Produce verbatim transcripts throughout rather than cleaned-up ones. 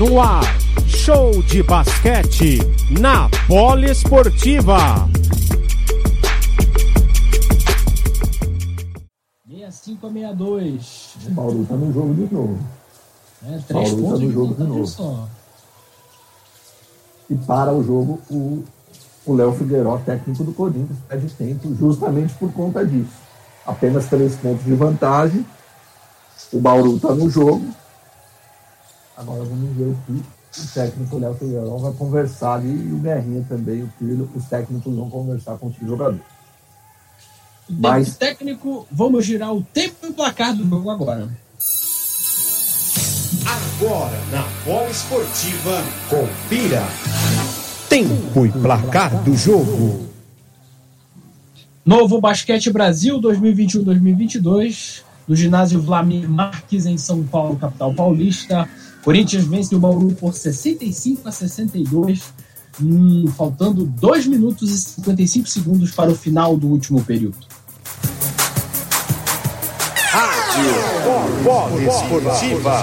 No ar, show de basquete na Poliesportiva. sessenta e cinco a sessenta e dois. O Bauru tá no jogo de novo. É, três Bauru pontos tá no de jogo de novo. só. E para o jogo, o o Léo Figueiró, técnico do Corinthians, pede tempo justamente por conta disso. Apenas três pontos de vantagem. O Bauru está no jogo. Agora vamos ver o que o técnico Léo Figueiró vai conversar ali, e o Guerrinha também, o filho, os técnicos vão conversar com os jogadores. Mas técnico, vamos girar o tempo e o placar do jogo agora. Agora na Poliesportiva, confira tempo e placar do jogo. Novo Basquete Brasil dois mil e vinte e um dois mil e vinte e dois, do ginásio Vlamir Marques, em São Paulo, capital paulista. Corinthians vence o Bauru por sessenta e cinco a sessenta e dois, hum, faltando dois minutos e cinquenta e cinco segundos para o final do último período. Rádio Poliesportiva.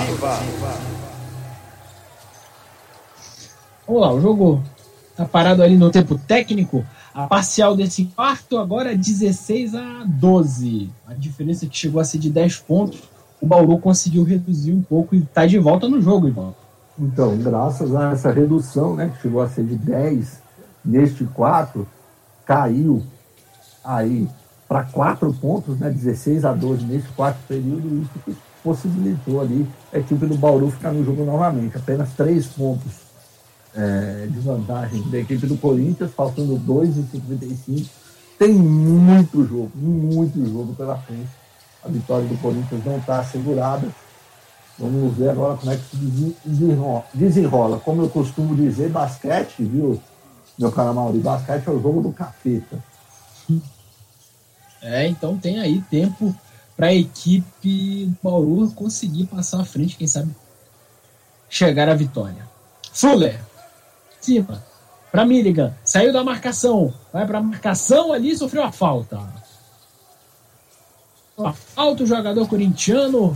Vamos lá, o jogo tá parado ali no tempo técnico. A parcial desse quarto agora é dezesseis a doze. A diferença que chegou a ser de dez pontos. O Bauru conseguiu reduzir um pouco e está de volta no jogo, Ivan. Então, graças a essa redução, né, que chegou a ser de dez neste quarto, caiu aí para quatro pontos, né, dezesseis a doze neste quarto período, isso que possibilitou ali a equipe do Bauru ficar no jogo novamente. Apenas três pontos É, de vantagem da equipe do Corinthians, faltando dois e cinquenta e cinco. Tem muito jogo, muito jogo pela frente. A vitória do Corinthians não está assegurada. Vamos ver agora como é que se desenrola. desenrola. Como eu costumo dizer, basquete, viu, meu caro Mauri? Basquete é o jogo do capeta. É, então tem aí tempo para a equipe do Bauru conseguir passar à frente, quem sabe chegar à vitória. Fuller, cima, para Milligan, saiu da marcação, vai para a marcação ali, sofreu a falta. A falta, o jogador corintiano.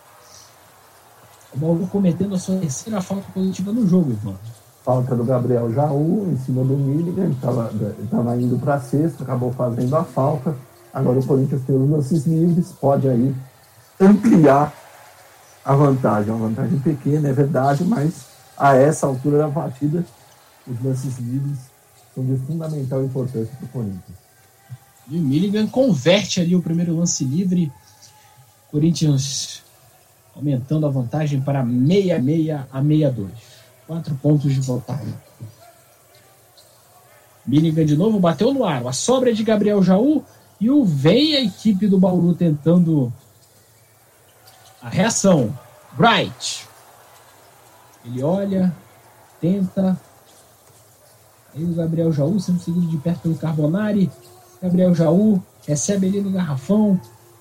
O Bauru cometendo a sua terceira falta positiva no jogo, Ivan. Falta do Gabriel Jaú em cima do Milligan, estava indo para a cesta, acabou fazendo a falta. Agora o Corinthians tem os lances livres, pode aí ampliar a vantagem. Uma vantagem pequena, é verdade, mas a essa altura da partida, os lances livres são de fundamental importância para o Corinthians. E o Milligan converte ali o primeiro lance livre. Corinthians aumentando a vantagem para sessenta e seis a sessenta e dois. Quatro pontos de vantagem. Milligan de novo bateu no aro. A sobra é de Gabriel Jaú. E o vem a equipe do Bauru tentando a reação. Bright. Ele olha, tenta. Aí o Gabriel Jaú sendo seguido de perto pelo Carbonari. Gabriel Jaú recebe ali no garrafão.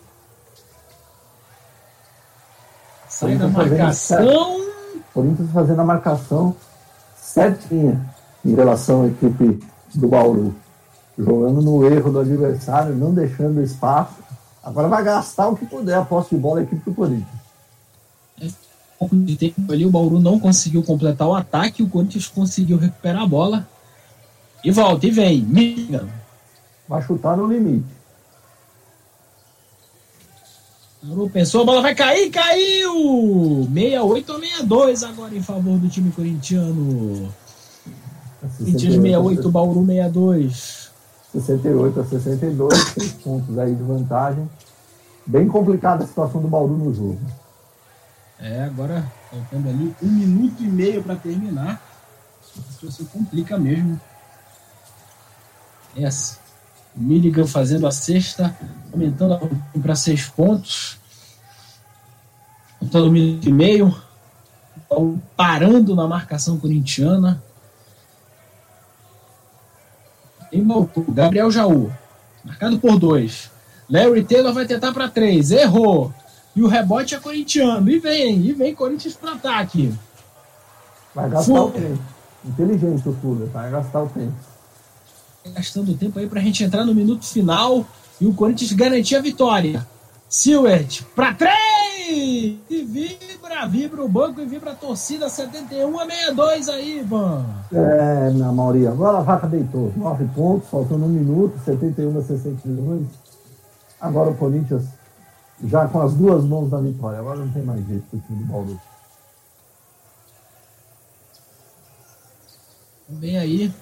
Sai da marcação. Corinthians fazendo a marcação certinha em relação à equipe do Bauru. Jogando no erro do adversário, não deixando espaço. Agora vai gastar o que puder a posse de bola da equipe do Corinthians. Pouco de tempo ali, o Bauru não conseguiu completar o ataque, o Corinthians conseguiu recuperar a bola e volta, e vem, Milligan. Vai chutar no limite. O Bauru pensou, a bola vai cair, caiu! sessenta e oito a sessenta e dois agora em favor do time corintiano. Corinthians sessenta e oito, Bauru sessenta e dois. sessenta e oito a sessenta e dois, três pontos aí de vantagem. Bem complicada a situação do Bauru no jogo. É, agora faltando ali um minuto e meio para terminar. A situação complica mesmo. Essa. O Milligan fazendo a sexta, aumentando a vantagem para seis pontos. Faltando um minuto e meio. Parando na marcação corintiana. Em voltou. Gabriel Jaú. Marcado por dois. Larry Taylor vai tentar para três. Errou. E o rebote é corintiano. E vem, e vem Corinthians para ataque. Vai gastar Fuller. o tempo. Inteligente o Fuller, vai gastar o tempo. Gastando tempo aí pra gente entrar no minuto final e o Corinthians garantir a vitória. Seward para três! aí! E vibra, vibra o banco e vibra a torcida setenta e um a sessenta e dois aí, Ivan. É, na maioria. Agora a vaca deitou. Nove pontos, faltando um minuto, setenta e um a sessenta e dois. Agora o Corinthians já com as duas mãos da vitória. Agora não tem mais jeito pro time do Bauru. Vem aí.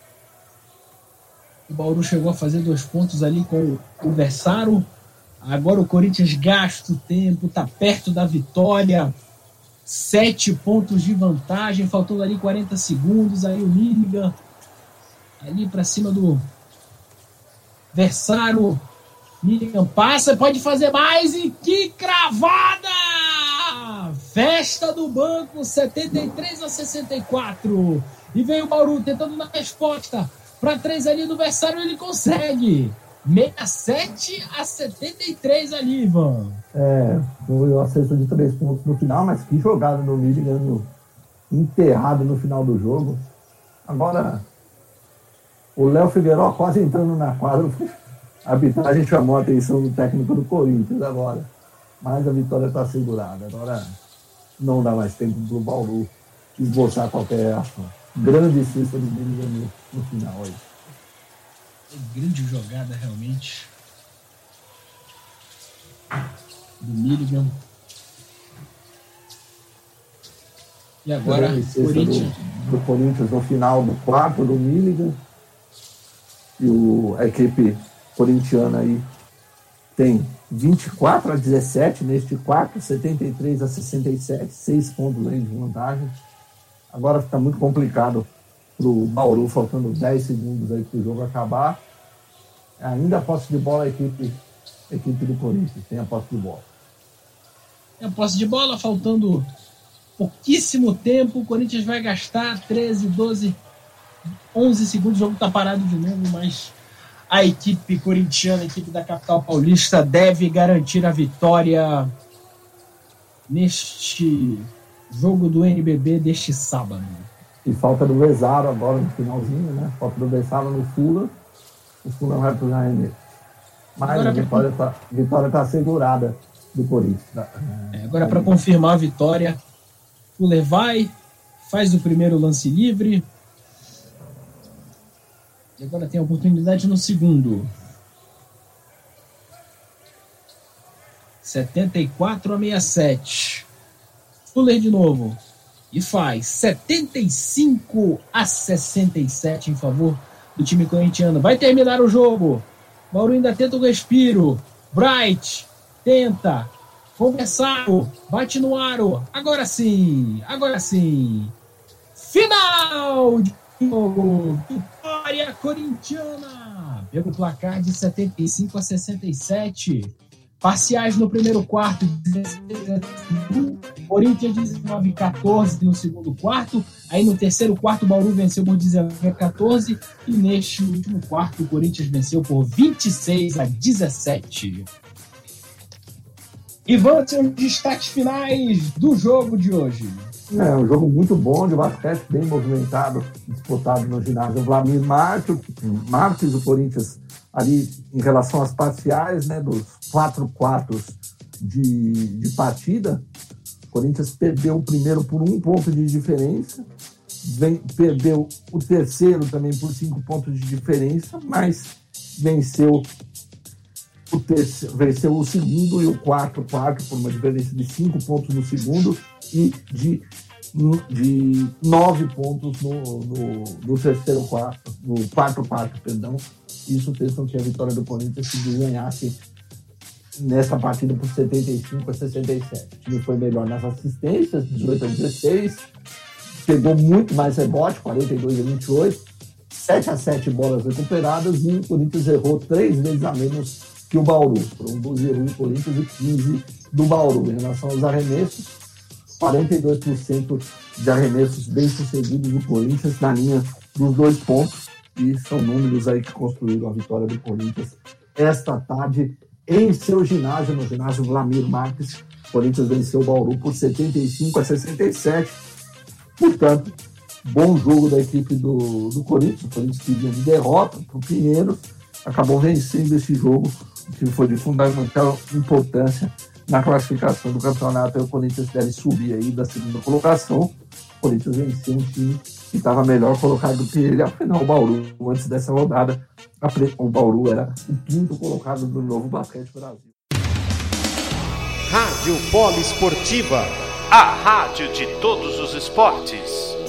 O Bauru chegou a fazer dois pontos ali com o Versaro. Agora o Corinthians gasta o tempo, tá perto da vitória. Sete pontos de vantagem, faltando ali quarenta segundos. Aí o Milligan ali pra cima do Versaro. Milligan passa, pode fazer mais. E que cravada! Festa do banco, setenta e três a sessenta e quatro. E vem o Bauru tentando dar resposta para três ali do Versaro, ele consegue. sessenta e sete a setenta e três ali, Ivan. É, foi o acerto de três pontos no final, mas que jogada no Milligan, no, enterrado no final do jogo. Agora, o Léo Figueiró quase entrando na quadra. A arbitragem chamou a atenção do técnico do Corinthians agora. Mas a vitória está segurada. Agora não dá mais tempo para o Bauru esboçar qualquer ação. Grande cesta do Milligan no, no final aí. Grande jogada realmente do Milligan. E agora o Corinthians. Do, do Corinthians no final do quarto do Milligan. E o, a equipe corintiana aí tem vinte e quatro a dezessete neste quarto, setenta e três a sessenta e sete, seis pontos aí de vantagem. Agora fica muito complicado para o Bauru, faltando dez segundos aí para o jogo acabar. Ainda a posse de bola a equipe, a equipe do Corinthians, tem a posse de bola. Tem a posse de bola, faltando pouquíssimo tempo. O Corinthians vai gastar treze, doze, onze segundos. O jogo está parado de novo, mas a equipe corintiana, a equipe da capital paulista, deve garantir a vitória neste jogo do N B B deste sábado. E falta do Versaro agora no finalzinho, né? Falta do Versaro no Fula. O Fula vai para o arremesso. Mas agora, a vitória está pra... vitória tá assegurada do Corinthians. É, agora, para confirmar a vitória, o Fuller vai, faz o primeiro lance livre. E agora tem a oportunidade no segundo. setenta e quatro a sessenta e sete. Fuller de novo. E faz setenta e cinco a sessenta e sete em favor do time corintiano. Vai terminar o jogo. Bauru ainda tenta o respiro. Bright tenta. Conversaro. Bate no aro. Agora sim. Agora sim. Final de jogo. Vitória corintiana. Pelo placar de setenta e cinco a sessenta e sete. Parciais no primeiro quarto, Corinthians dezenove a quatorze no segundo quarto. Aí no terceiro quarto, o Bauru venceu por dezenove a quatorze. E neste último quarto, o Corinthians venceu por vinte e seis a dezessete. E vamos ser os destaques finais do jogo de hoje. É um jogo muito bom, de basquete bem movimentado, disputado no ginásio Vladimir Marques. Marques, o Corinthians ali em relação às parciais, né, dos quatro quartos de, de partida, o Corinthians perdeu o primeiro por um ponto de diferença, vem, perdeu o terceiro também por cinco pontos de diferença, mas venceu o, terceiro, venceu o segundo e o quarto quarto por uma diferença de cinco pontos no segundo e de, de nove pontos no, no, no terceiro quarto, no quarto quarto, perdão. Isso fez com que a vitória do Corinthians se ganhasse nessa partida por setenta e cinco a sessenta e sete. O time foi melhor nas assistências, dezoito a dezesseis, pegou muito mais rebote, quarenta e dois a vinte e oito, sete a sete bolas recuperadas, e o Corinthians errou três vezes a menos que o Bauru. Foram doze erros do Corinthians e quinze do Bauru. Em relação aos arremessos, quarenta e dois por cento de arremessos bem-sucedidos do Corinthians na linha dos dois pontos. E são números aí que construíram a vitória do Corinthians esta tarde em seu ginásio, no ginásio Vladimir Marques. O Corinthians venceu o Bauru por setenta e cinco a sessenta e sete. Portanto, bom jogo da equipe do, do Corinthians. O Corinthians que vinha de derrota para o Pinheiros, acabou vencendo esse jogo, que foi de fundamental importância na classificação do campeonato, aí o Corinthians deve subir aí da segunda colocação. O Corinthians venceu um time que estava melhor colocado do que ele. Afinal, o Bauru, antes dessa rodada, o Bauru era o quinto colocado do Novo Basquete Brasil. Rádio Poliesportiva, a rádio de todos os esportes.